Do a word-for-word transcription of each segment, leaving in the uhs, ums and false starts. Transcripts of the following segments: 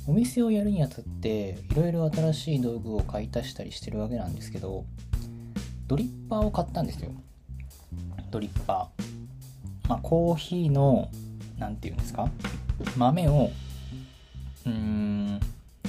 お店をやるにあたっていろいろ新しい道具を買い足したりしてるわけなんですけど、ドリッパーを買ったんですよ。ドリッパー、まあ、コーヒーのなんていうんですか、豆をうーん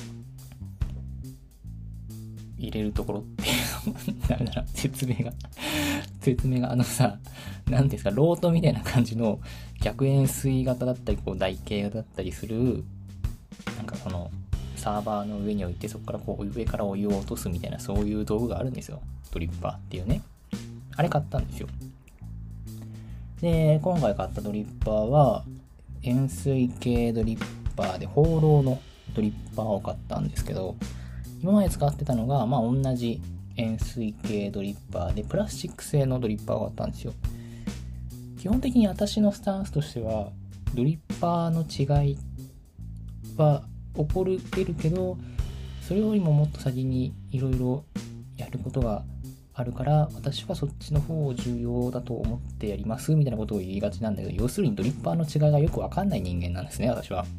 入れるところっていうダメだな、説明が説明があのさ、なんですか、ロートみたいな感じの逆円錐型だったり、こう台形型だったりする、なんかこのサーバーの上に置いて、そこからこう上からお湯を落とすみたいな、そういう道具があるんですよ、ドリッパーっていうね。あれ買ったんですよ。で、今回買ったドリッパーは円錐形ドリッパーで放浪のドリッパーを買ったんですけど、今まで使ってたのが、まあ、同じ円錐形ドリッパーでプラスチック製のドリッパーがあったんですよ。基本的に私のスタンスとしては、ドリッパーの違いは起こるけるけど、それよりももっと先にいろいろやることがあるから、私はそっちの方を重要だと思ってやりますみたいなことを言いがちなんだけど、要するにドリッパーの違いがよくわかんない人間なんですね、私は。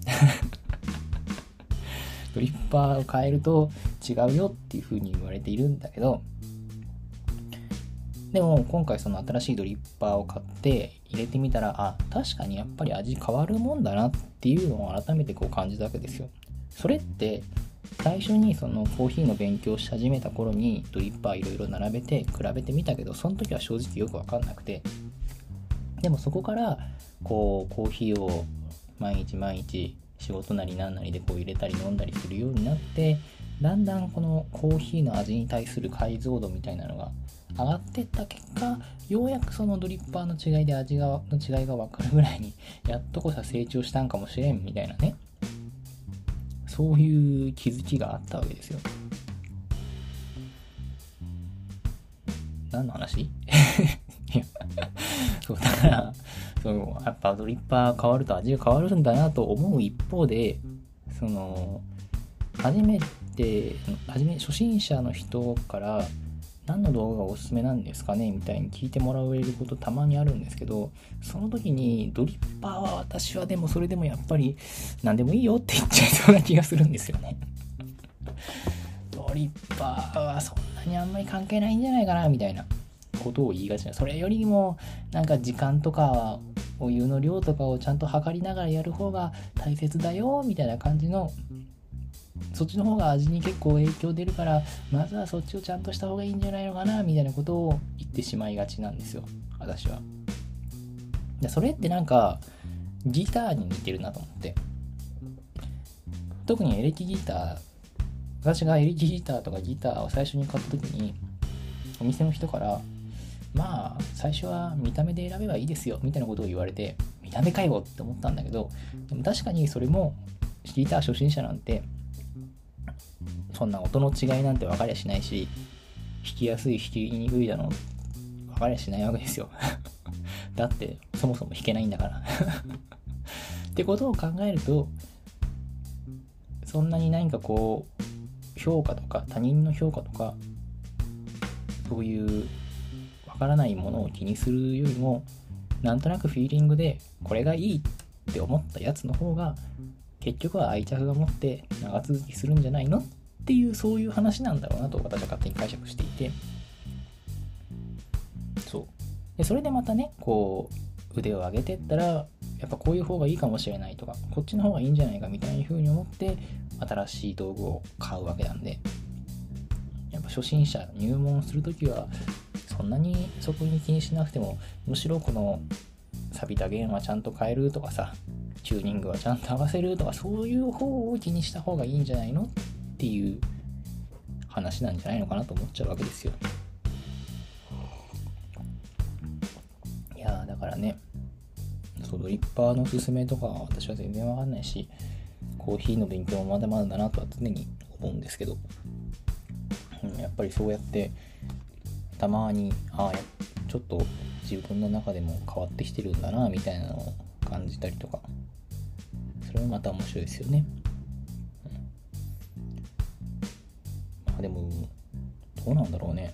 ドリッパーを変えると違うよっていう風に言われているんだけど、でも今回その新しいドリッパーを買って入れてみたら、あ、確かにやっぱり味変わるもんだなっていうのを改めてこう感じたわけですよ。それって最初にそのコーヒーの勉強し始めた頃にドリッパーいろいろ並べて比べてみたけど、その時は正直よく分かんなくて、でもそこからこうコーヒーを毎日毎日仕事なりなんなりでこう入れたり飲んだりするようになって、だんだんこのコーヒーの味に対する解像度みたいなのが上がっていった結果、ようやくそのドリッパーの違いで味がの違いが分かるぐらいにやっとこそ成長したんかもしれんみたいなね、そういう気づきがあったわけですよ。何の話？いやそうだからそうやっぱドリッパー変わると味が変わるんだなと思う一方で、その初めて初め初心者の人から何の動画がおすすめなんですかねみたいに聞いてもらえることたまにあるんですけど、その時にドリッパーは私はでもそれでもやっぱり何でもいいよって言っちゃいそうな気がするんですよね。ドリッパーはそんなにあんまり関係ないんじゃないかなみたいなことを言いがちな、それよりもなんか時間とかお湯の量とかをちゃんと測りながらやる方が大切だよみたいな感じの、そっちの方が味に結構影響出るからまずはそっちをちゃんとした方がいいんじゃないのかなみたいなことを言ってしまいがちなんですよ、私は。でそれってなんかギターに似てるなと思って、特にエレキギター、私がエレキギターとかギターを最初に買った時にお店の人からまあ最初は見た目で選べばいいですよみたいなことを言われて、見た目かよって思ったんだけど、でも確かにそれもギター初心者なんてそんな音の違いなんて分かりゃしないし、弾きやすい弾きにくいだの分かりゃしないわけですよ。だってそもそも弾けないんだからってことを考えると、そんなに何かこう評価とか他人の評価とかそういうわからないものを気にするよりも、なんとなくフィーリングでこれがいいって思ったやつの方が結局は愛着が持って長続きするんじゃないのっていう、そういう話なんだろうなと私は勝手に解釈していて、そうでそれでまたねこう腕を上げてったらやっぱこういう方がいいかもしれないとか、こっちの方がいいんじゃないかみたいな風に思って新しい道具を買うわけなんで、やっぱ初心者入門するときはそんなにそこに気にしなくても、むしろこの錆びた弦はちゃんと変えるとかさ、チューニングはちゃんと合わせるとか、そういう方を気にした方がいいんじゃないのっていう話なんじゃないのかなと思っちゃうわけですよ。いやーだからね、そうドリッパーのおすすめとかは私は全然わかんないし、コーヒーの勉強もまだまだだなとは常に思うんですけど、うん、やっぱりそうやってたまにあちょっと自分の中でも変わってきてるんだなみたいなのを感じたりとか、それもまた面白いですよね、うん、まあでもどうなんだろうね。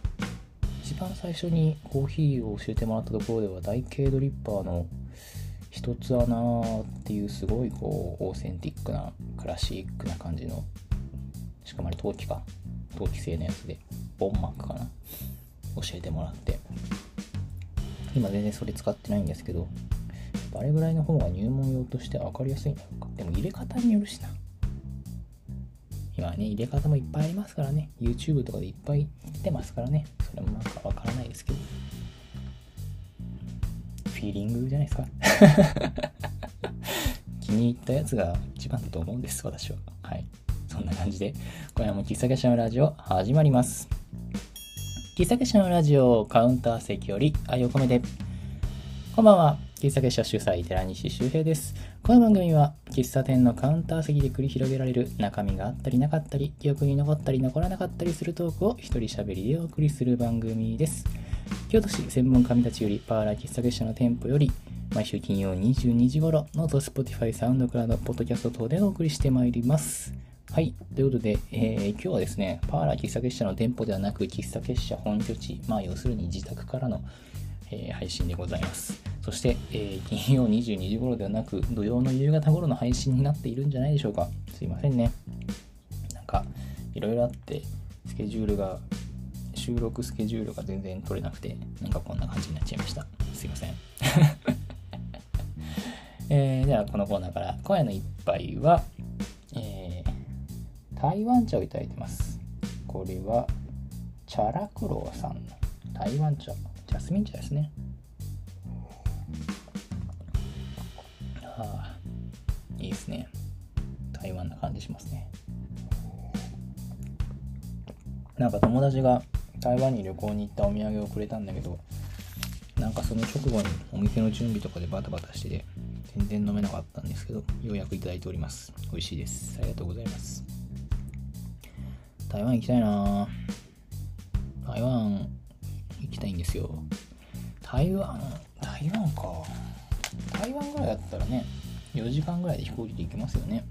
一番最初にコーヒーを教えてもらったところでは台形ドリッパーの一つ穴っていうすごいこうオーセンティックなクラシックな感じの、しかもあれ陶器か陶器製のやつでボンマークかな教えてもらって、今全然それ使ってないんですけど、あれぐらいの方が入門用としては分かりやすいんだろうか。でも入れ方によるしな。今ね入れ方もいっぱいありますからね、 YouTube とかでいっぱい出てますからね、それもなんか分からないですけど、フィーリングじゃないですか気に入ったやつが一番だと思うんです私は。はい、そんな感じで今夜も喫茶結社のラジオ始まります。喫茶結社のラジオカウンター席より愛を込めて。こんばんは、喫茶結社主催寺西周平です。この番組は喫茶店のカウンター席で繰り広げられる中身があったりなかったり、記憶に残ったり残らなかったりするトークを一人喋りでお送りする番組です。京都市専門神たちよりパーラー喫茶結社の店舗より毎週金曜にじゅうにじ頃ノート、Spotify、サウンドクラウド、ポッドキャスト等でお送りしてまいります。はい、ということで、えー、今日はですね、パーラー喫茶結社の店舗ではなく喫茶結社本拠地、まあ要するに自宅からの、えー、配信でございます。そして、えー、金曜にじゅうにじ頃ではなく土曜の夕方頃の配信になっているんじゃないでしょうか。すいませんね。なんかいろいろあってスケジュールが収録スケジュールが全然取れなくて、なんかこんな感じになっちゃいました。すいません。えー、ではこのコーナーから今夜の一杯は、えー、台湾茶をいただいてます。これはチャラクロウさんの台湾茶、ジャスミン茶ですね。はあ、いいですね。台湾な感じしますね。なんか友達が台湾に旅行に行ったお土産をくれたんだけど、なんかその直後にお店の準備とかでバタバタしてて全然飲めなかったんですけど、ようやくいただいております。美味しいです。ありがとうございます。台湾行きたいな。台湾行きたいんですよ。台湾台湾か台湾ぐらいだったらね、よじかんぐらいで飛行機で行けますよね。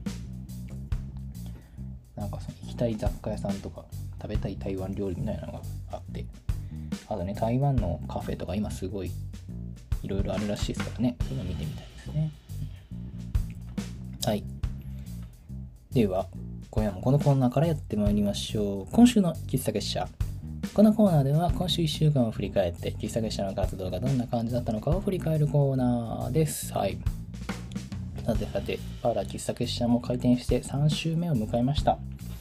なんかその行きたい雑貨屋さんとか食べたい台湾料理みたいなのがあって、あとね台湾のカフェとか今すごいいろいろあるらしいですからね、そういうの見てみたいですね。はい、では今夜もこのコーナーからやってまいりましょう。今週の喫茶結社。このコーナーでは今週いっしゅうかんを振り返って喫茶結社の活動がどんな感じだったのかを振り返るコーナーです。はい、さてさて、パーラー喫茶結社も開店してさん週目を迎えました。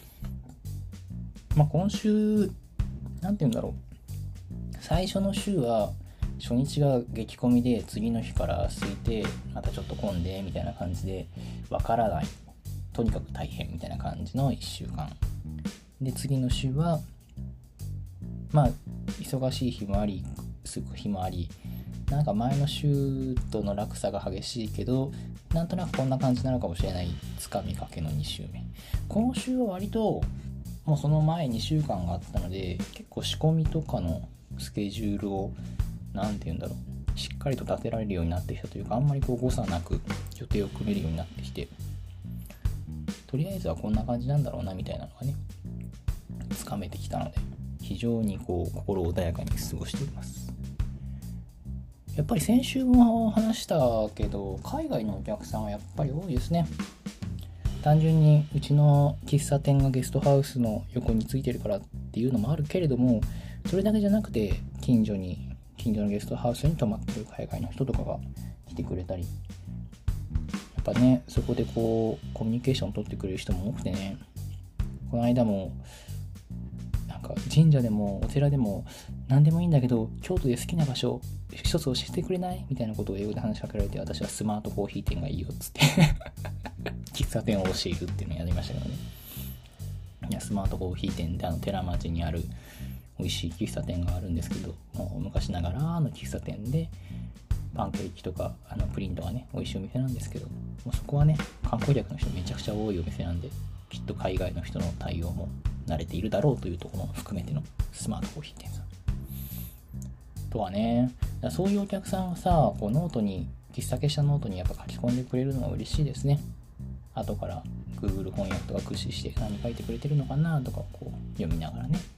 まあ今週なんて言うんだろう、最初の週は初日が激混みで次の日から空いてまたちょっと混んでみたいな感じでわからない、とにかく大変みたいな感じのいっしゅうかんで、次の週はまあ忙しい日もありすぐ日もあり、なんか前の週との落差が激しいけどなんとなくこんな感じなのかもしれない、つかみかけのに週目。今週は割ともうその前にしゅうかんがあったので結構仕込みとかのスケジュールをなんて言うんだろう、しっかりと立てられるようになってきたというか、あんまりこう誤差なく予定を組めるようになってきて、とりあえずはこんな感じなんだろうなみたいなのがねつかめてきたので、非常にこう心穏やかに過ごしております。やっぱり先週も話したけど海外のお客さんはやっぱり多いですね。単純にうちの喫茶店がゲストハウスの横についてるからっていうのもあるけれども、それだけじゃなくて近所に近所のゲストハウスに泊まってる海外の人とかが来てくれたり、やっぱねそこでこうコミュニケーションを取ってくれる人も多くてね、この間もなんか神社でもお寺でも何でもいいんだけど京都で好きな場所一つ教えてくれないみたいなことを英語で話しかけられて、私はスマートコーヒー店がいいよっつって喫茶店を教えるっていうのをやりましたけどね。いやスマートコーヒー店ってあの寺町にある美味しい喫茶店があるんですけど、もう昔ながらの喫茶店でパンケーキとかあのプリンとかね美味しいお店なんですけど、もうそこはね観光客の人めちゃくちゃ多いお店なんで、きっと海外の人の対応も慣れているだろうというところも含めてのスマートコーヒー店さんとはね、そういうお客さんがさこうノートに喫茶結社ノートにやっぱ書き込んでくれるのが嬉しいですね。後から Google 翻訳とか駆使して何書いてくれてるのかなとかこう読みながらね、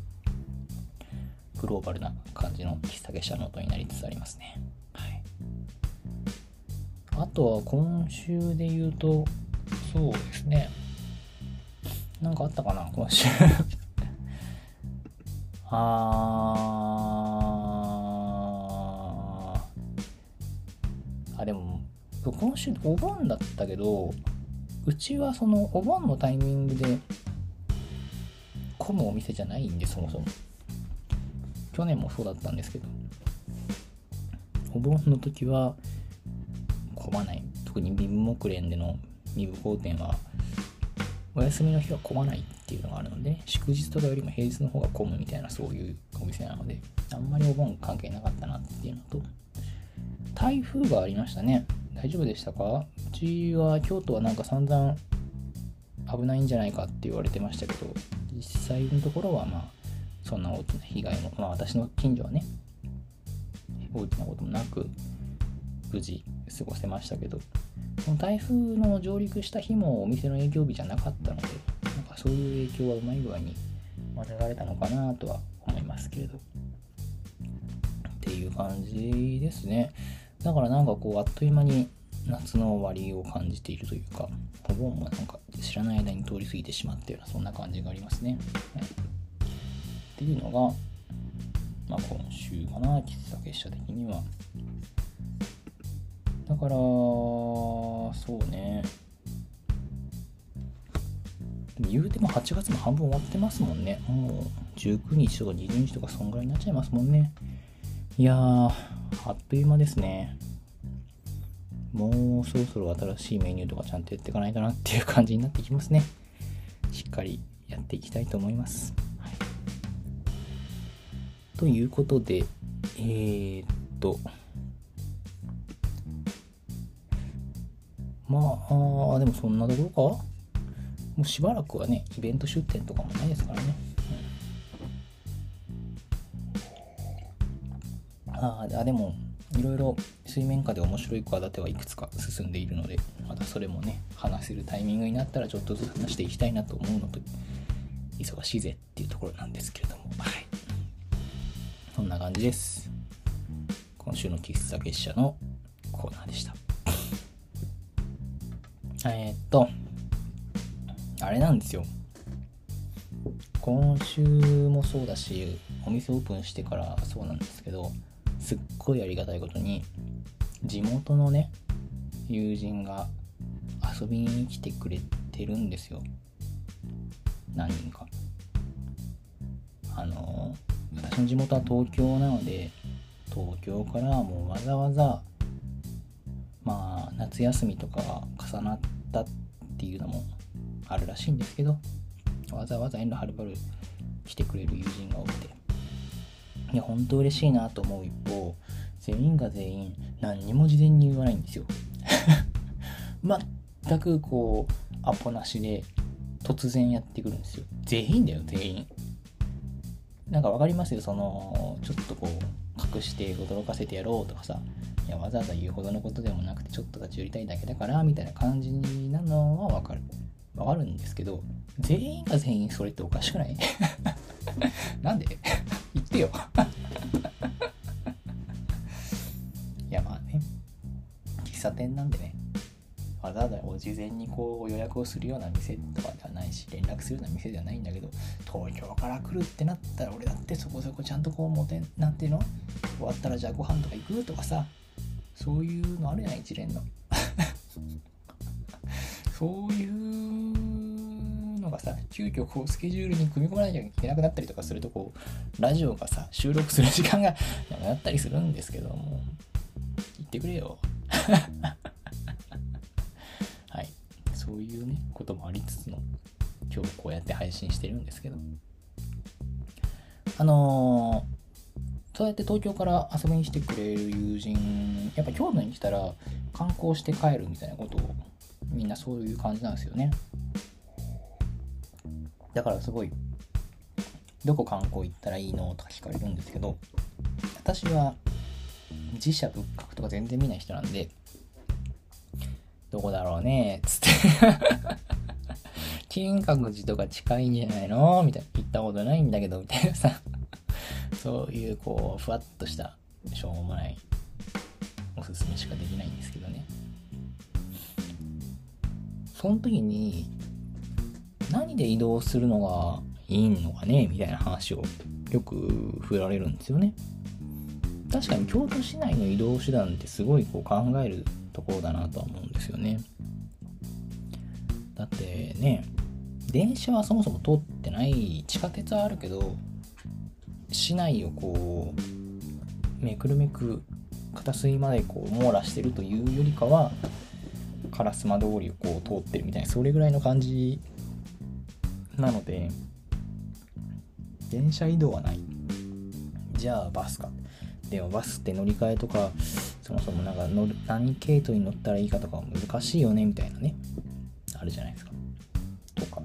グローバルな感じの喫茶結社ノートになりつつありますね。はい、 あとは今週で言うと、そうですね。なんかあったかな、今週。あー。あ、でも、今週お盆だったけど、うちはそのお盆のタイミングで混むお店じゃないんで、そもそも。去年もそうだったんですけど、お盆の時は混まない。特に民木連での身分公店はお休みの日は混まないっていうのがあるので、ね、祝日とかよりも平日の方が混むみたいな、そういうお店なので、あんまりお盆関係なかったなっていうのと、台風がありましたね。大丈夫でしたか？うちは京都はなんか散々危ないんじゃないかって言われてましたけど、実際のところはまあそんな大きな被害も、まあ私の近所はね、大きなこともなく無事過ごせましたけど、その台風の上陸した日もお店の営業日じゃなかったので、なんかそういう影響はうまい具合に免れたのかなとは思いますけれど、っていう感じですね。だからなんかこうあっという間に夏の終わりを感じているというか、お盆もなんか知らない間に通り過ぎてしまったような、そんな感じがありますね。はい、っていうのが、まあ、今週かな、喫茶結社的には。だからそうね、言うてもはちがつも半分終わってますもんね。もうじゅうくにちとかにじゅうにちとかそんぐらいになっちゃいますもんね。いやー、あっという間ですね。もうそろそろ新しいメニューとかちゃんとやっていかないとなっていう感じになってきますね。しっかりやっていきたいと思います。はい、ということで、えー、っとまあ、でもそんなところか。もうしばらくはね、イベント出店とかもないですからね。うん、ああ、でも、いろいろ水面下で面白い企てはいくつか進んでいるので、またそれもね、話せるタイミングになったらちょっとずつ話していきたいなと思うのと、忙しいぜっていうところなんですけれども、はい。そんな感じです。今週の喫茶結社のコーナーでした。えー、っと、あれなんですよ。今週もそうだし、お店オープンしてからそうなんですけど、すっごいありがたいことに、地元のね、友人が遊びに来てくれてるんですよ。何人か。あの、私の地元は東京なので、東京からもうわざわざ、まあ、夏休みとかが重なったっていうのもあるらしいんですけど、わざわざ遠路はるばる来てくれる友人が多くて、いや本当嬉しいなと思う一方、全員が全員何にも事前に言わないんですよ。全くこうアポなしで突然やってくるんですよ。全員だよ、全員。なんかわかりますよ、そのちょっとこう隠して驚かせてやろうとかさ、いやわざわざ言うほどのことでもなくてちょっと立ち寄りたいだけだからみたいな感じなのはわかるわかるんですけど、全員が全員それっておかしくない？なんで言ってよ。いやまあね、喫茶店なんでね、わざわざ事前にこう予約をするような店とかではないし、連絡するような店ではないんだけど、東京から来るってなったら俺だってそこそこちゃんとこうもてなんていうの、終わったらじゃあご飯とか行くとかさ、そういうのあるじゃない、一連の。そういうのがさ、急遽こうスケジュールに組み込まなきゃいけなくなったりとかすると、こうラジオがさ収録する時間がなくなったりするんですけども、言ってくれよ。はい、そういうねこともありつつの今日こうやって配信してるんですけど、あのー、そうやって東京から遊びに来てくれる友人、やっぱ京都に来たら観光して帰るみたいなことをみんなそういう感じなんですよね。だからすごいどこ観光行ったらいいのとか聞かれるんですけど、私は自社仏閣とか全然見ない人なんで、どこだろうねっつって金閣寺とか近いんじゃないのみたいな、行ったことないんだけどみたいなさ、そういうこうふわっとしたしょうもないおすすめしかできないんですけどね。 その時に何で移動するのがいいのかねみたいな話をよく振られるんですよね。確かに京都市内の移動手段ってすごいこう考えるところだなとは思うんですよね。だってね、電車はそもそも通ってない、地下鉄はあるけど市内をこうめくるめく片隅までこう網羅してるというよりかは烏丸通りをこう通ってるみたいな、それぐらいの感じなので電車移動はない。じゃあバスか。でもバスって乗り換えとかそもそもなんか乗る何系統に乗ったらいいかとか難しいよねみたいなね、あるじゃないですか。とか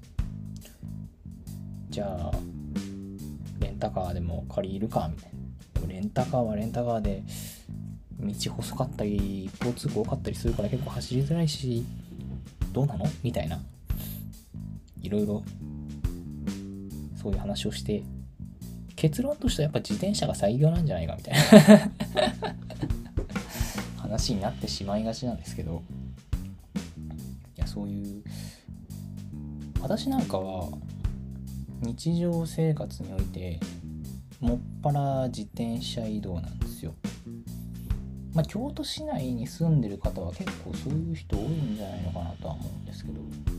じゃあレンタカーでも借りるかみたいな。でもレンタカーはレンタカーで道細かったり一方通行多かったりするから結構走りづらいしどうなのみたいな、いろいろそういう話をして、結論としてはやっぱ自転車が最強なんじゃないかみたいな話になってしまいがちなんですけど、いやそういう私なんかは日常生活においてもっぱら自転車移動なんですよ。まあ京都市内に住んでる方は結構そういう人多いんじゃないのかなとは思うんですけど、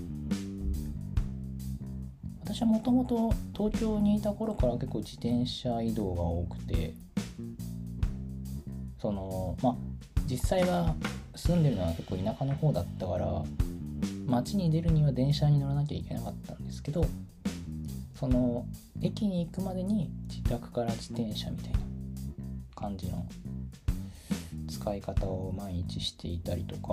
私はもともと東京にいた頃から結構自転車移動が多くて、そのまあ実際は住んでるのは結構田舎の方だったから街に出るには電車に乗らなきゃいけなかったんですけど、その駅に行くまでに自宅から自転車みたいな感じの使い方を毎日していたりとか、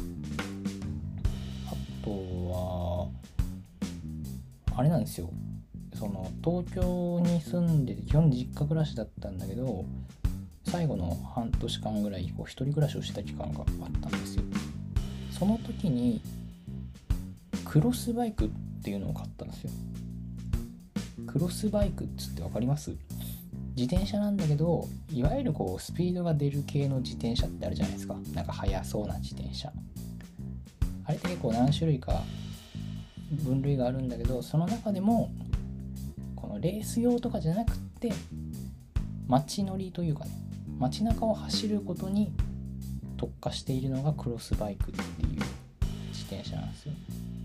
あとはあれなんですよ、その東京に住んでて基本実家暮らしだったんだけど最後の半年間ぐらいこう一人暮らしをした期間があったんですよ。その時にクロスバイクっていうのを買ったんですよ。クロスバイクっつって分かります？自転車なんだけどいわゆるこうスピードが出る系の自転車ってあるじゃないですか。なんか速そうな自転車、あれって結構何種類か分類があるんだけど、その中でもこのレース用とかじゃなくって街乗りというかね、街中を走ることに特化しているのがクロスバイクっていう自転車なんですよ。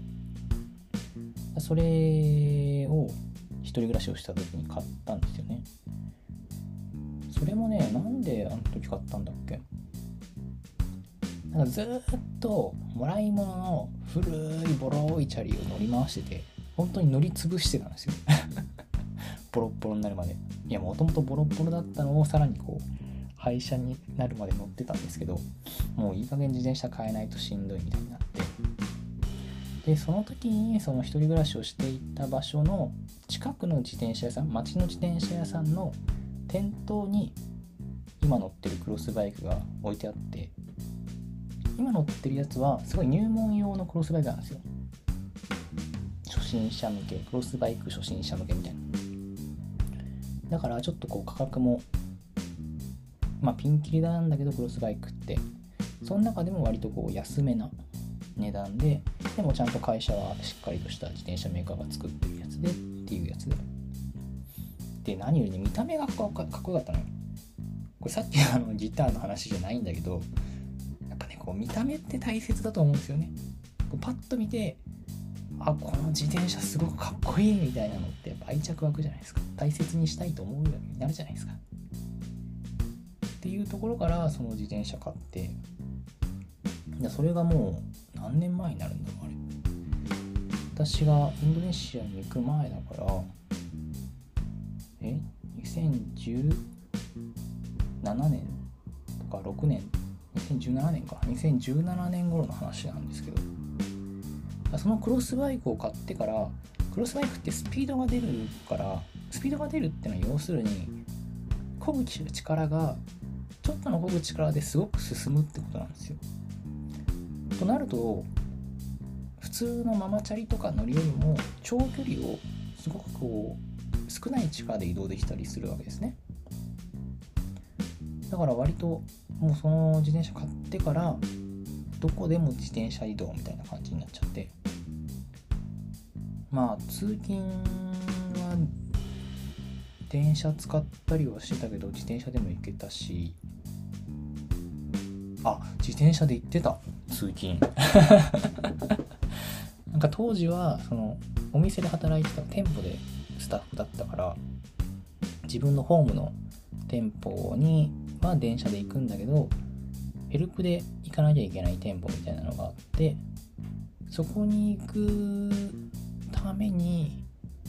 それを一人暮らしをした時に買ったんですよね。それもね、なんであの時買ったんだっけ、なんかずーっともらい物の古いボロいチャリを乗り回してて、本当に乗り潰してたんですよボロッボロになるまで。いやもともとボロッボロだったのをさらにこう廃車になるまで乗ってたんですけど、もういい加減自転車買えないとしんどいみたいになって、でその時にその一人暮らしをしていた場所の近くの自転車屋さん、町の自転車屋さんの店頭に今乗ってるクロスバイクが置いてあって、今乗ってるやつはすごい入門用のクロスバイクなんですよ。初心者向け、クロスバイク初心者向けみたいな。だからちょっとこう価格もまあピンキリなんだけど、クロスバイクってその中でも割とこう安めな値段で、でもちゃんと会社はしっかりとした自転車メーカーが作ってるやつでっていうやつで、で何よりね見た目がかっこよかったのよ。これさっきのあのギターの話じゃないんだけど、やっぱねこう見た目って大切だと思うんですよね。こうパッと見て、あこの自転車すごくかっこいいみたいなのってやっぱ愛着湧くじゃないですか。大切にしたいと思うようになるじゃないですか。っていうところからその自転車買って、それがもう何年前になるんだろうあれ。私がインドネシアに行く前だからえにせんじゅうななねんとかろくねん、にせんじゅうななねんかにせんじゅうななねん頃の話なんですけど、そのクロスバイクを買ってから、クロスバイクってスピードが出るから、スピードが出るってのは要するに漕ぐ力がちょっとの漕ぐ力ですごく進むってことなんですよ。となると普通のママチャリとか乗りよりも長距離をすごくこう少ない力で移動できたりするわけですね。だから割ともうその自転車買ってからどこでも自転車移動みたいな感じになっちゃって、まあ通勤は電車使ったりはしてたけど自転車でも行けたし、あ、自転車で行ってた通勤なんか当時はそのお店で働いてた店舗でスタッフだったから、自分のホームの店舗には電車で行くんだけど、ヘルプで行かなきゃいけない店舗みたいなのがあって、そこに行くために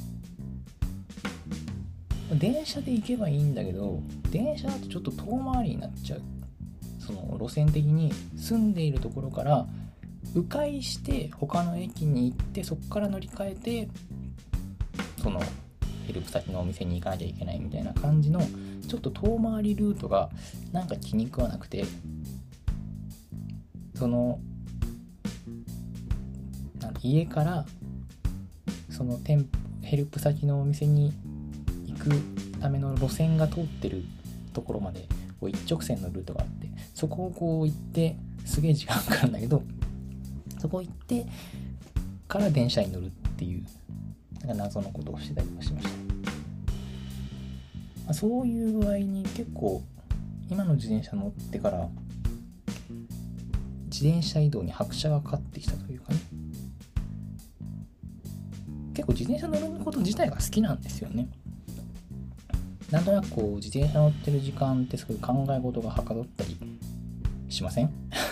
電車で行けばいいんだけど、電車だとちょっと遠回りになっちゃう。その路線的に住んでいるところから迂回して他の駅に行って、そこから乗り換えてそのヘルプ先のお店に行かなきゃいけないみたいな感じのちょっと遠回りルートがなんか気に食わなくて、その家からその店ヘルプ先のお店に行くための路線が通ってるところまでこう一直線のルートがあって、そこをこう行ってすげえ時間かかるんだけど、そこ行ってから電車に乗るっていうなんか謎のことをしてたりもしました。まあ、そういう具合に結構今の自転車乗ってから自転車移動に拍車がかかってきたというかね、結構自転車乗ること自体が好きなんですよね。なんとなくこう自転車乗ってる時間ってすごい考え事がはかどったりしません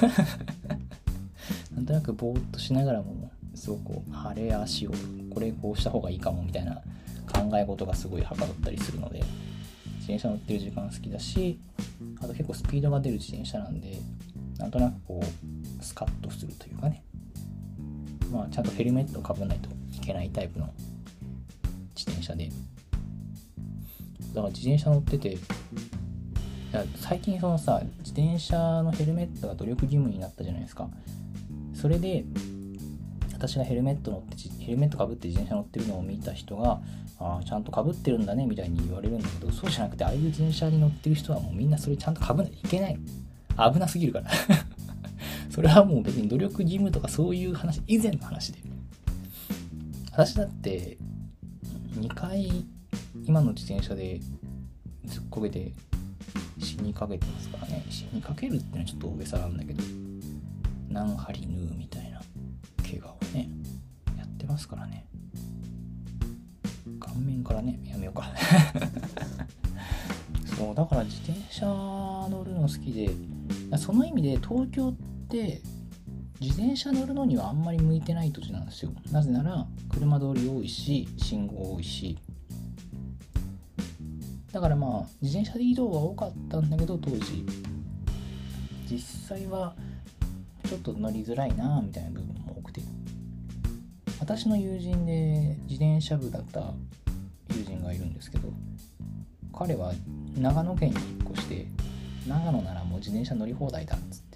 なんとなくぼーっとしながらもすごくこうあれああしよう、これこうした方がいいかもみたいな考え事がすごいはかどったりするので、自転車乗ってる時間好きだし、あと結構スピードが出る自転車なんで、なんとなくこうスカッとするというかね、まあちゃんとヘルメットをかぶらないといけないタイプの自転車で、だから自転車乗ってて、いや最近そのさ自転車のヘルメットが努力義務になったじゃないですか。それで私がヘルメット乗ってヘルメットかぶって自転車乗ってるのを見た人が、ああちゃんとかぶってるんだねみたいに言われるんだけど、そうじゃなくて、ああいう自転車に乗ってる人はもうみんなそれちゃんとかぶらないといけない、危なすぎるからそれはもう別に努力義務とかそういう話以前の話で、私だってにかい今の自転車でずっこけて死にかけてますからね。死にかけるってのはちょっと大げさなんだけど、何針縫うみたいな怪我をねやってますからね。顔面からねやめようかそうだから自転車乗るの好きで、その意味で東京って自転車乗るのにはあんまり向いてない土地なんですよ。なぜなら車通り多いし信号多いし、だからまあ自転車で移動は多かったんだけど、当時実際はちょっと乗りづらいなみたいな部分も多くて、私の友人で自転車部だった友人がいるんですけど、彼は長野県に引っ越して、長野ならもう自転車乗り放題だっつって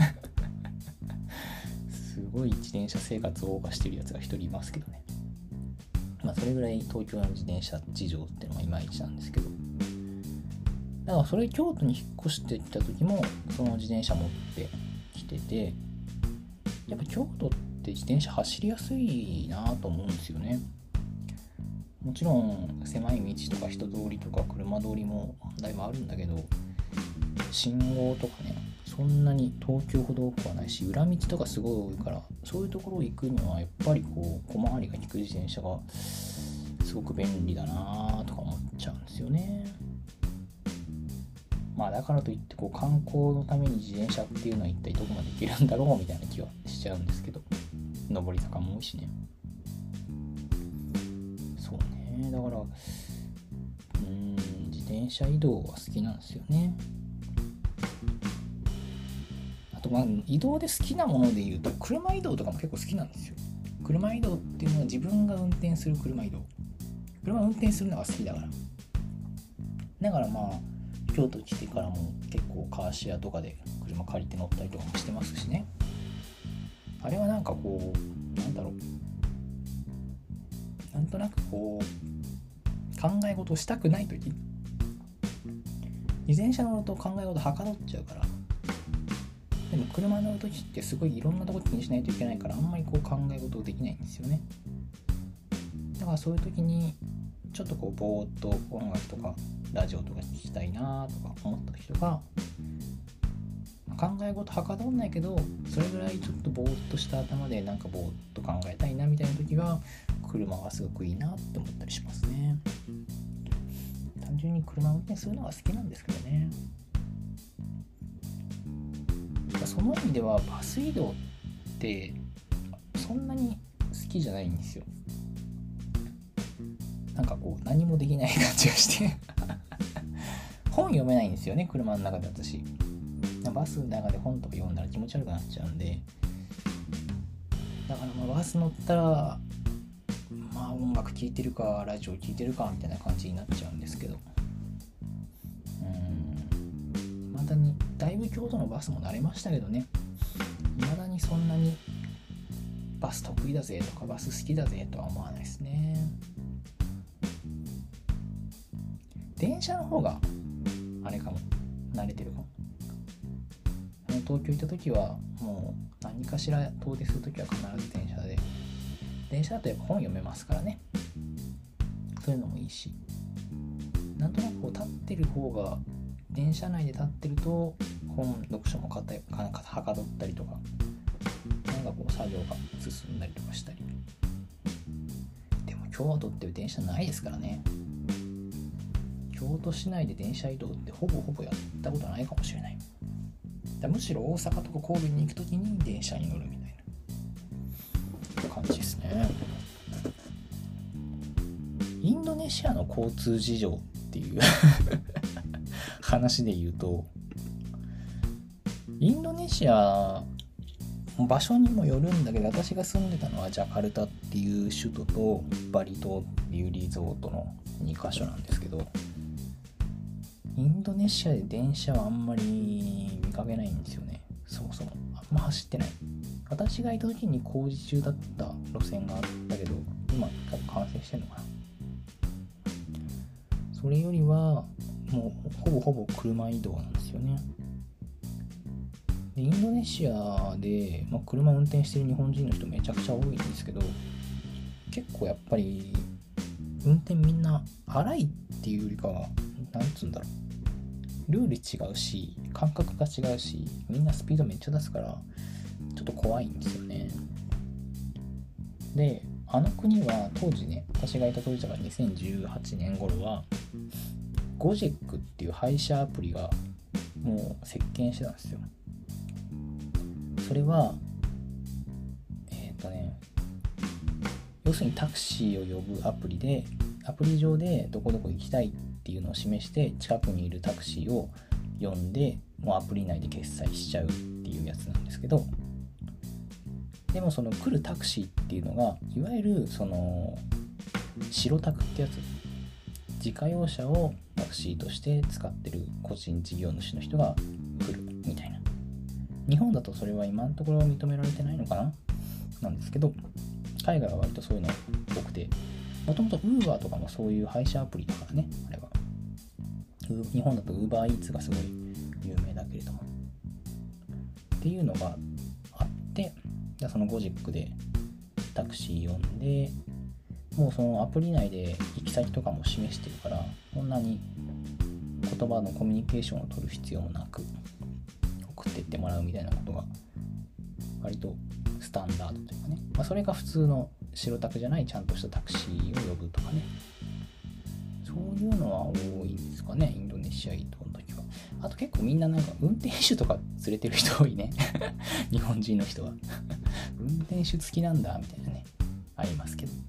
すごい自転車生活を謳歌してるやつが一人いますけどね。まあそれぐらい東京の自転車事情っていうのはいまいちなんですけど、だからそれ京都に引っ越してきた時もその自転車持ってきてて、やっぱ京都って自転車走りやすいなと思うんですよね。もちろん狭い道とか人通りとか車通りもだいぶあるんだけど、信号とかねそんなに東京ほど多くはないし、裏道とかすごい多いから、そういうところ行くにはやっぱりこう小回りが利く自転車がすごく便利だなとか思っちゃうんですよね。まあだからといってこう観光のために自転車っていうのは一体どこまで行けるんだろうみたいな気はしちゃうんですけど、上り坂も多いしね。そうね、だからうーん自転車移動は好きなんですよね。あとまあ移動で好きなもので言うと車移動とかも結構好きなんですよ。車移動っていうのは自分が運転する車移動、車を運転するのが好きだからだからまあ京都来てからも結構カーシェアとかで車借りて乗ったりとかもしてますしね。あれはなんかこうなんだろう、なんとなくこう考え事をしたくないとき、自転車乗ると考え事はかどっちゃうから、 でも車乗るときってすごいいろんなとこ気にしないといけないから、あんまりこう考え事できないんですよね。だからそういうときにちょっとこうぼーっと音楽とかラジオとか聞きたいなとか思ったときとか、考え事はかどんないけどそれぐらいちょっとぼーっとした頭でなんかぼーっと考えたいなみたいなときは車がすごくいいなって思ったりしますね。単純に車を運転するのが好きなんですけどね。その意味ではバス移動ってそんなに好きじゃないんですよ。なんかこう何もできない感じがして本読めないんですよね、車の中で私。バスの中で本とか読んだら気持ち悪くなっちゃうんで、だからまあバス乗ったらまあ音楽聴いてるかラジオ聴いてるかみたいな感じになっちゃうんですけど、うーんまだにだいぶ京都のバスも慣れましたけどね、未だにそんなにバス得意だぜとかバス好きだぜとは思わないですね。電車の方があれかも、慣れてるかも。東京行った時はもう何かしら遠出する時は必ず電車で、電車だとやっぱ本読めますからね、そういうのもいいし、なんとなくこう立ってる方が、電車内で立ってると本読書もかたなんかはかどったりとか、なんかこう作業が進んだりとかしたり。でも京都って電車ないですからね。京都市内で電車移動ってほぼほぼやったことないかもしれない。だむしろ大阪とか神戸に行くときに電車に乗るみたいな感じですね。インドネシアの交通事情っていう話で言うと、インドネシア場所にもよるんだけど、私が住んでたのはジャカルタっていう首都とバリ島っていうリゾートのにカ所なんですけど、インドネシアで電車はあんまり見かけないんですよね。そもそもあんま走ってない。私がいた時に工事中だった路線があったけど、今多分完成してんのかな。それよりはもうほぼほぼ車移動なんですよね。でインドネシアで、まあ、車運転してる日本人の人めちゃくちゃ多いんですけど、結構やっぱり運転みんな荒いっていうよりかは、なんつうんだろう、ルール違うし感覚が違うし、みんなスピードめっちゃ出すからちょっと怖いんですよね。であの国は当時ね、私がいた当時だからにせんじゅうはちねん頃はゴジェックっていう配車アプリがもう席巻してたんですよ。それはえっとね要するにタクシーを呼ぶアプリで、アプリ上でどこどこ行きたいっていうのを示して近くにいるタクシーを呼んで、もうアプリ内で決済しちゃうっていうやつなんですけど、でもその来るタクシーっていうのがいわゆるその白タクってやつ、自家用車をタクシーとして使ってる個人事業主の人が来るみたいな。日本だとそれは今のところ認められてないのかななんですけど、海外は割とそういうの多くて、もともと Uber とかもそういう配車アプリだからね、あれは。日本だと UberEats がすごい有名だけれどもっていうのがあって、そのゴジックでタクシー呼んで、もうそのアプリ内で行き先とかも示してるから、こんなに言葉のコミュニケーションを取る必要もなく送っていってもらうみたいなことが割とスタンダードというかね、まあ、それが普通の白タクじゃないちゃんとしたタクシーを呼ぶとかね、そういうのは多いんですかね、インドネシア移動の時は。あと結構みんななんか運転手とか連れてる人多いね日本人の人は運転手付きなんだみたいなね、ありますけど。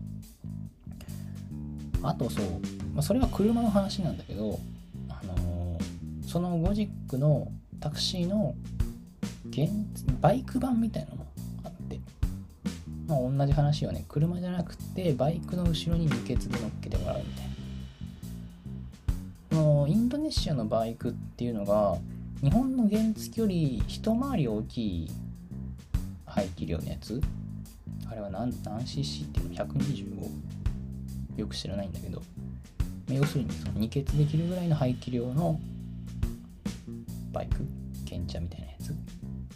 あとそう、まあ、それは車の話なんだけど、あのー、そのゴジックのタクシーの現バイク版みたいなのもあって、まあ、同じ話よね。車じゃなくてバイクの後ろに二ケツで乗っけてもらうみたいな。のインドネシアのバイクっていうのが日本の原付より一回り大きい排気量のやつ、あれは何, 何 シーシー っていうのひゃくにじゅうご、よく知らないんだけど、要するにその二ケツできるぐらいの排気量のバイク、ケンチャみたいなやつ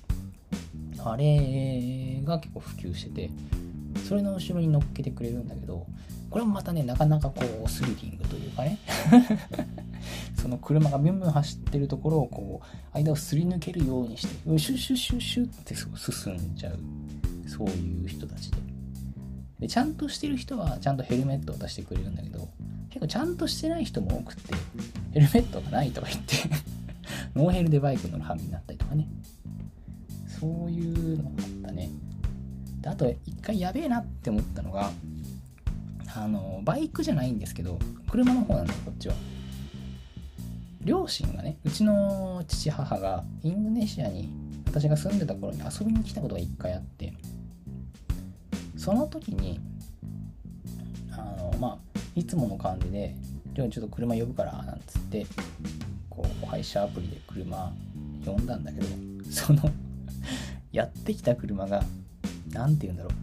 あれが結構普及してて、それの後ろに乗っけてくれるんだけど、これもまたねなかなかこうスリリングというかねその車がビュンビュン走ってるところをこう間をすり抜けるようにしてシュッシュッシュッシュッって進んじゃう、そういう人たちで、でちゃんとしてる人はちゃんとヘルメットを出してくれるんだけど、結構ちゃんとしてない人も多くってヘルメットがないとか言ってノーヘルでバイク乗る羽目になったりとかね、そういうのがあったね。であと一回やべえなって思ったのが、あのバイクじゃないんですけど車の方なんだよこっちは。両親がね、うちの父母がインドネシアに私が住んでた頃に遊びに来たことが一回あって、その時にあのまあいつもの感じでちょっと車呼ぶからなんつってこう配車アプリで車呼んだんだけど、そのやってきた車がなんて言うんだろう、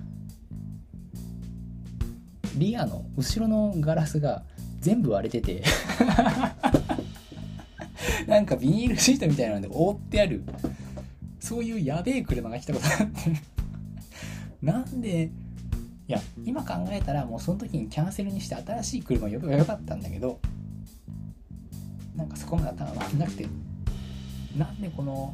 リアの後ろのガラスが全部割れててなんかビニールシートみたいなので覆ってある、そういうやべえ車が来たことがあってなんで、いや今考えたらもうその時にキャンセルにして新しい車を呼べばよかったんだけど、なんかそこまで頭回んなくて、なんでこの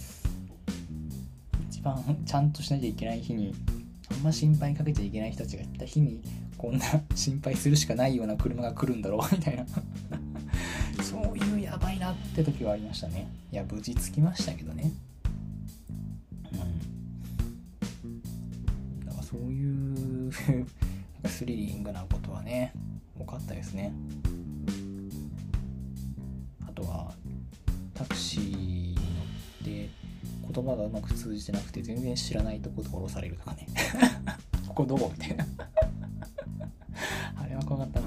一番ちゃんとしなきゃいけない日に、あんま心配かけちゃいけない人たちが来た日にこんな心配するしかないような車が来るんだろうみたいなそういうやばいなって時はありましたね。いや無事着きましたけどね。うんだからそういうなんかスリリングなことはね多かったですね。あとはタクシーに乗って言葉がうまく通じてなくて全然知らないとこで降ろされるとかねここどこみたいなあれは怖かったな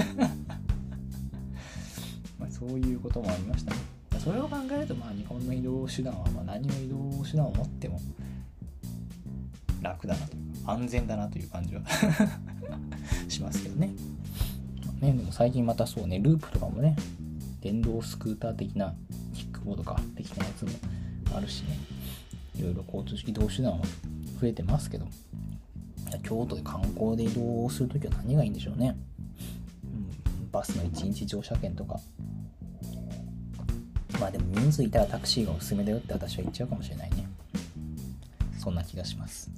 まあそういうこともありましたね。それを考えるとまあ日本の移動手段はまあ何を移動手段を持っても楽だなというか安全だなという感じはしますけどね。ね、でも最近またそうね、ループとかもね、電動スクーター的なキックボードか的なやつもあるしね、いろいろ交通移動手段は増えてますけど、京都で観光で移動するときは何がいいんでしょうね、うん、バスのいちにち乗車券とか、まあでも人数いたらタクシーがおすすめだよって私は言っちゃうかもしれないね。そんな気がします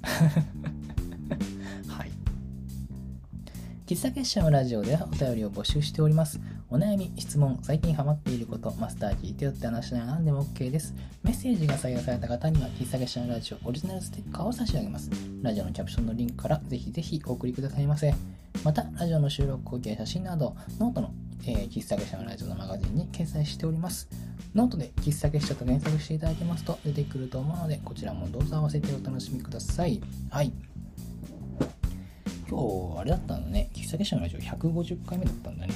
はい。喫茶結社のラジオではお便りを募集しております。お悩み、質問、最近ハマっていること、マスター聞いてよって話なら何でも OK です。メッセージが採用された方には喫茶結社のラジオオリジナルステッカーを差し上げます。ラジオのキャプションのリンクからぜひぜひお送りくださいませ。また、ラジオの収録後期や写真など、ノートの、えー、喫茶結社のラジオのマガジンに掲載しております。ノートで喫茶結社と検索していただけますと出てくると思うので、こちらもどうぞ合わせてお楽しみください。はい。今日あれだったんだね、喫茶結社のラジオひゃくごじゅっかいめだったんだね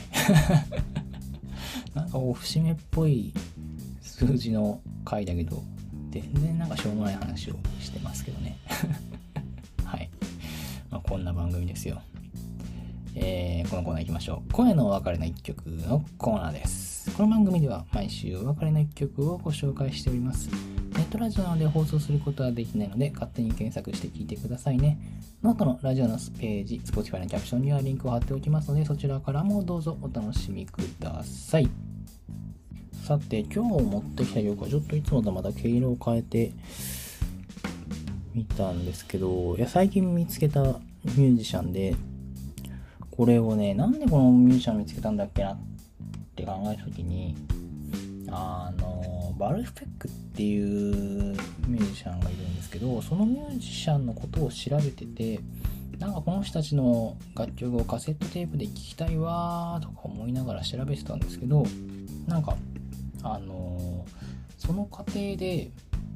なんか節目っぽい数字の回だけど全然なんかしょうもない話をしてますけどねはい、まあ、こんな番組ですよ。えー、このコーナー行きましょう。声のお別れの一曲のコーナーです。この番組では毎週お別れの一曲をご紹介しております。ネットラジオなので放送することはできないので勝手に検索して聞いてくださいね。ノートのラジオのページ、Spotify のキャプションにはリンクを貼っておきますので、そちらからもどうぞお楽しみください。さて、今日持ってきた曲はちょっといつもとまた毛色を変えてみたんですけど、いや最近見つけたミュージシャンで、これをね、なんでこのミュージシャン見つけたんだっけなって考えたときに、あのバルフペックっていうミュージシャンがいるんですけど、そのミュージシャンのことを調べてて、なんかこの人たちの楽曲をカセットテープで聴きたいわーとか思いながら調べてたんですけど、なんかあのその過程で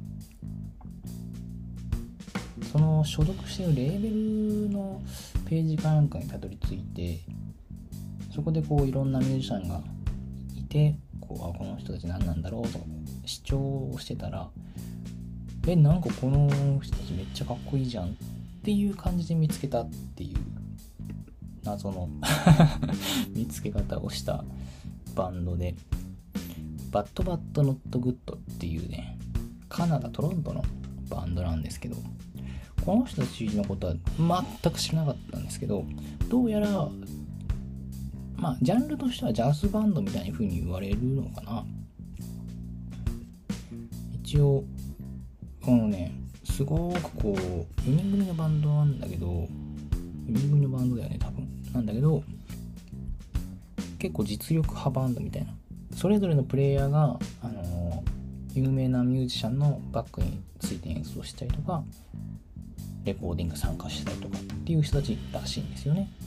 その所属しているレーベルのページかなんかにたどり着いて、そこでこういろんなミュージシャンがいて、こうあこの人たち何なんだろうとか視聴をしてたら、えなんかこの人たちめっちゃかっこいいじゃんっていう感じで見つけたっていう謎の見つけ方をしたバンドで、バッドバッドノットグッドっていうね、カナダトロントのバンドなんですけど、この人たちのことは全く知らなかったんですけど、どうやらまあジャンルとしてはジャズバンドみたいな風に言われるのかな。一応このね、すごくこうよにん組のバンドなんだけど、よにん組のバンドだよね多分なんだけど、結構実力派バンドみたいな、それぞれのプレイヤーが、あのー、有名なミュージシャンのバックについて演奏したりとか、レコーディング参加したりとかっていう人たちらしいんですよね。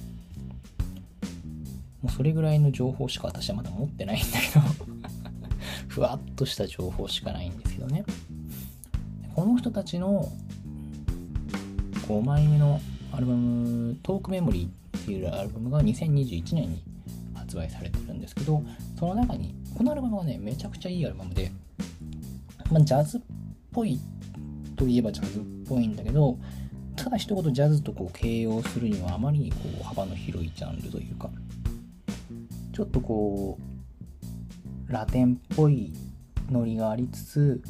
もうそれぐらいの情報しか私はまだ持ってないんだけどふわっとした情報しかないんですけどね。この人たちのごまいめのアルバムトークメモリーっていうアルバムがにせんにじゅういちねんに発売されてるんですけど、その中にこのアルバムがねめちゃくちゃいいアルバムで、まあ、ジャズっぽいといえばジャズっぽいんだけど、ただ一言ジャズとこう形容するにはあまりにこう幅の広いジャンルというか、ちょっとこうラテンっぽいノリがありつつ、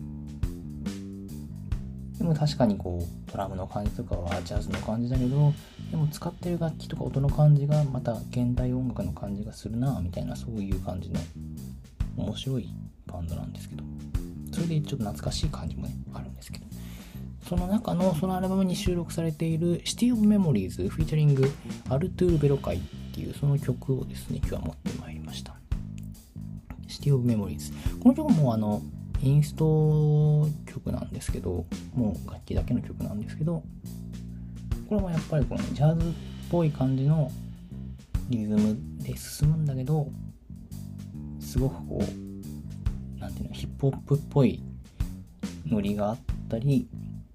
でも確かにこうドラムの感じとかはジャズの感じだけど、でも使ってる楽器とか音の感じがまた現代音楽の感じがするなみたいな、そういう感じの面白いバンドなんですけど、それでちょっと懐かしい感じもねあるんですけど、その中のそのアルバムに収録されている City of Memories フィーチャリングアルトゥール・ベロカイっていうその曲をですね今日は持ってまいりました。 City of Memories、 この曲もあのインスト曲なんですけど、もう楽器だけの曲なんですけど、これもやっぱりこのジャズっぽい感じのリズムで進むんだけど、すごくこうなんていうの、ヒップホップっぽいノリがあったり、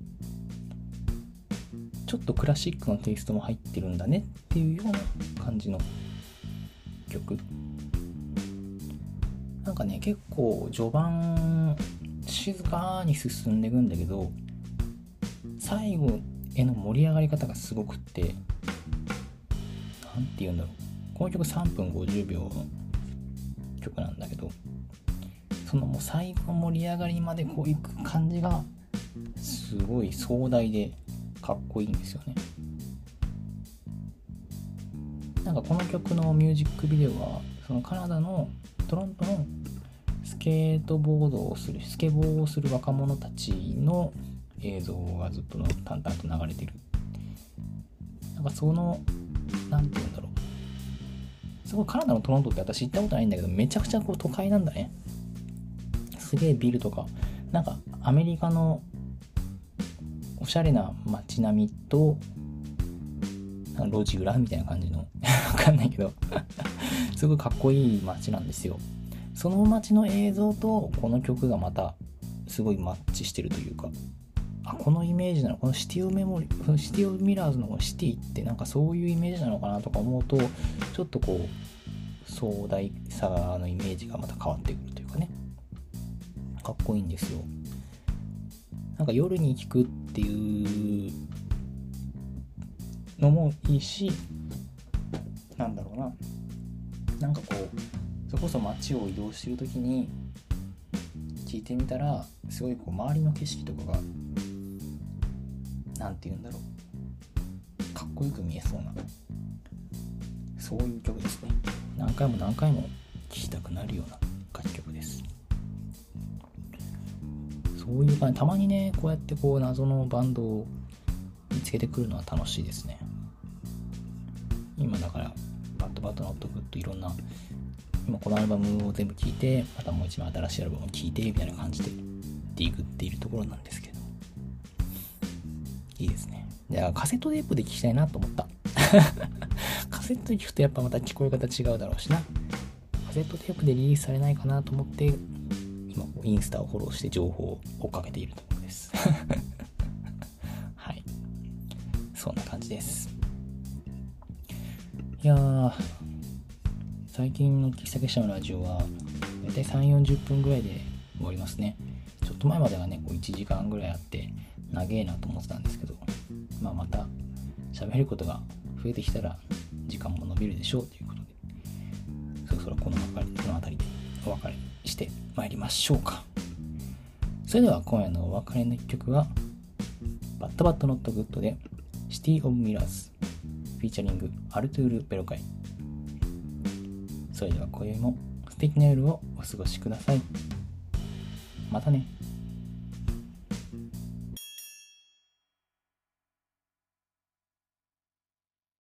ちょっとクラシックのテイストも入ってるんだねっていうような感じの曲。なんかね、結構序盤静かに進んでいくんだけど、最後への盛り上がり方がすごくって、なんて言うんだろう、この曲さんぷんごじゅうびょうの曲なんだけど、そのもう最後の盛り上がりまでこういく感じがすごい壮大でかっこいいんですよね。なんかこの曲のミュージックビデオはそのカナダのトロントのスケートボードをするスケボーをする若者たちの映像がずっと淡々と流れてる。なんかそのなんていうんだろう、すごいカナダのトロントって私行ったことないんだけど、めちゃくちゃこう都会なんだね。すげえビルとか、なんかアメリカのおしゃれな街並みとなんか路地裏みたいな感じのわかんないけどすごいかっこいい街なんですよ。その街の映像とこの曲がまたすごいマッチしてるというか、あ、このイメージなの、このシティオメモリこのシティオミラーズのシティってなんかそういうイメージなのかなとか思うと、ちょっとこう壮大さのイメージがまた変わってくるというかね、かっこいいんですよ。なんか夜に聴くっていうのもいいし、なんだろうな、なんかこうそれこそ街を移動してるときに聴いてみたら、すごいこう周りの景色とかがなんて言うんだろう、かっこよく見えそうな、そういう曲ですね。何回も何回も聴きたくなるような楽曲です。そういう感じ、たまにねこうやってこう謎のバンドを見つけてくるのは楽しいですね。今だからバッドバッドノットグッドいろんな、今このアルバムを全部聴いて、またもう一枚新しいアルバムを聴いてみたいな感じでディグっているところなんですけど、いいですね。じゃあカセットテープで聴きたいなと思ったカセットで聴くとやっぱまた聞こえ方違うだろうしな。カセットテープでリリースされないかなと思って今インスタをフォローして情報を追っかけているところですはい、そんな感じです。いやー、最近の喫茶結社のラジオはだいたいさんじゅうよんじゅっぷんぐらいで終わりますね。ちょっと前まではねこういちじかんぐらいあって長えなと思ってたんですけど、まあまた喋ることが増えてきたら時間も伸びるでしょうということで、そろそろこの辺りでお別れしてまいりましょうか。 それでは今夜のお別れの一曲はバッドバッドノットグッドでシティオブミラーズフィーチャリングアルトゥール・ベロカイ。それでは今宵も素敵な夜をお過ごしください。またね。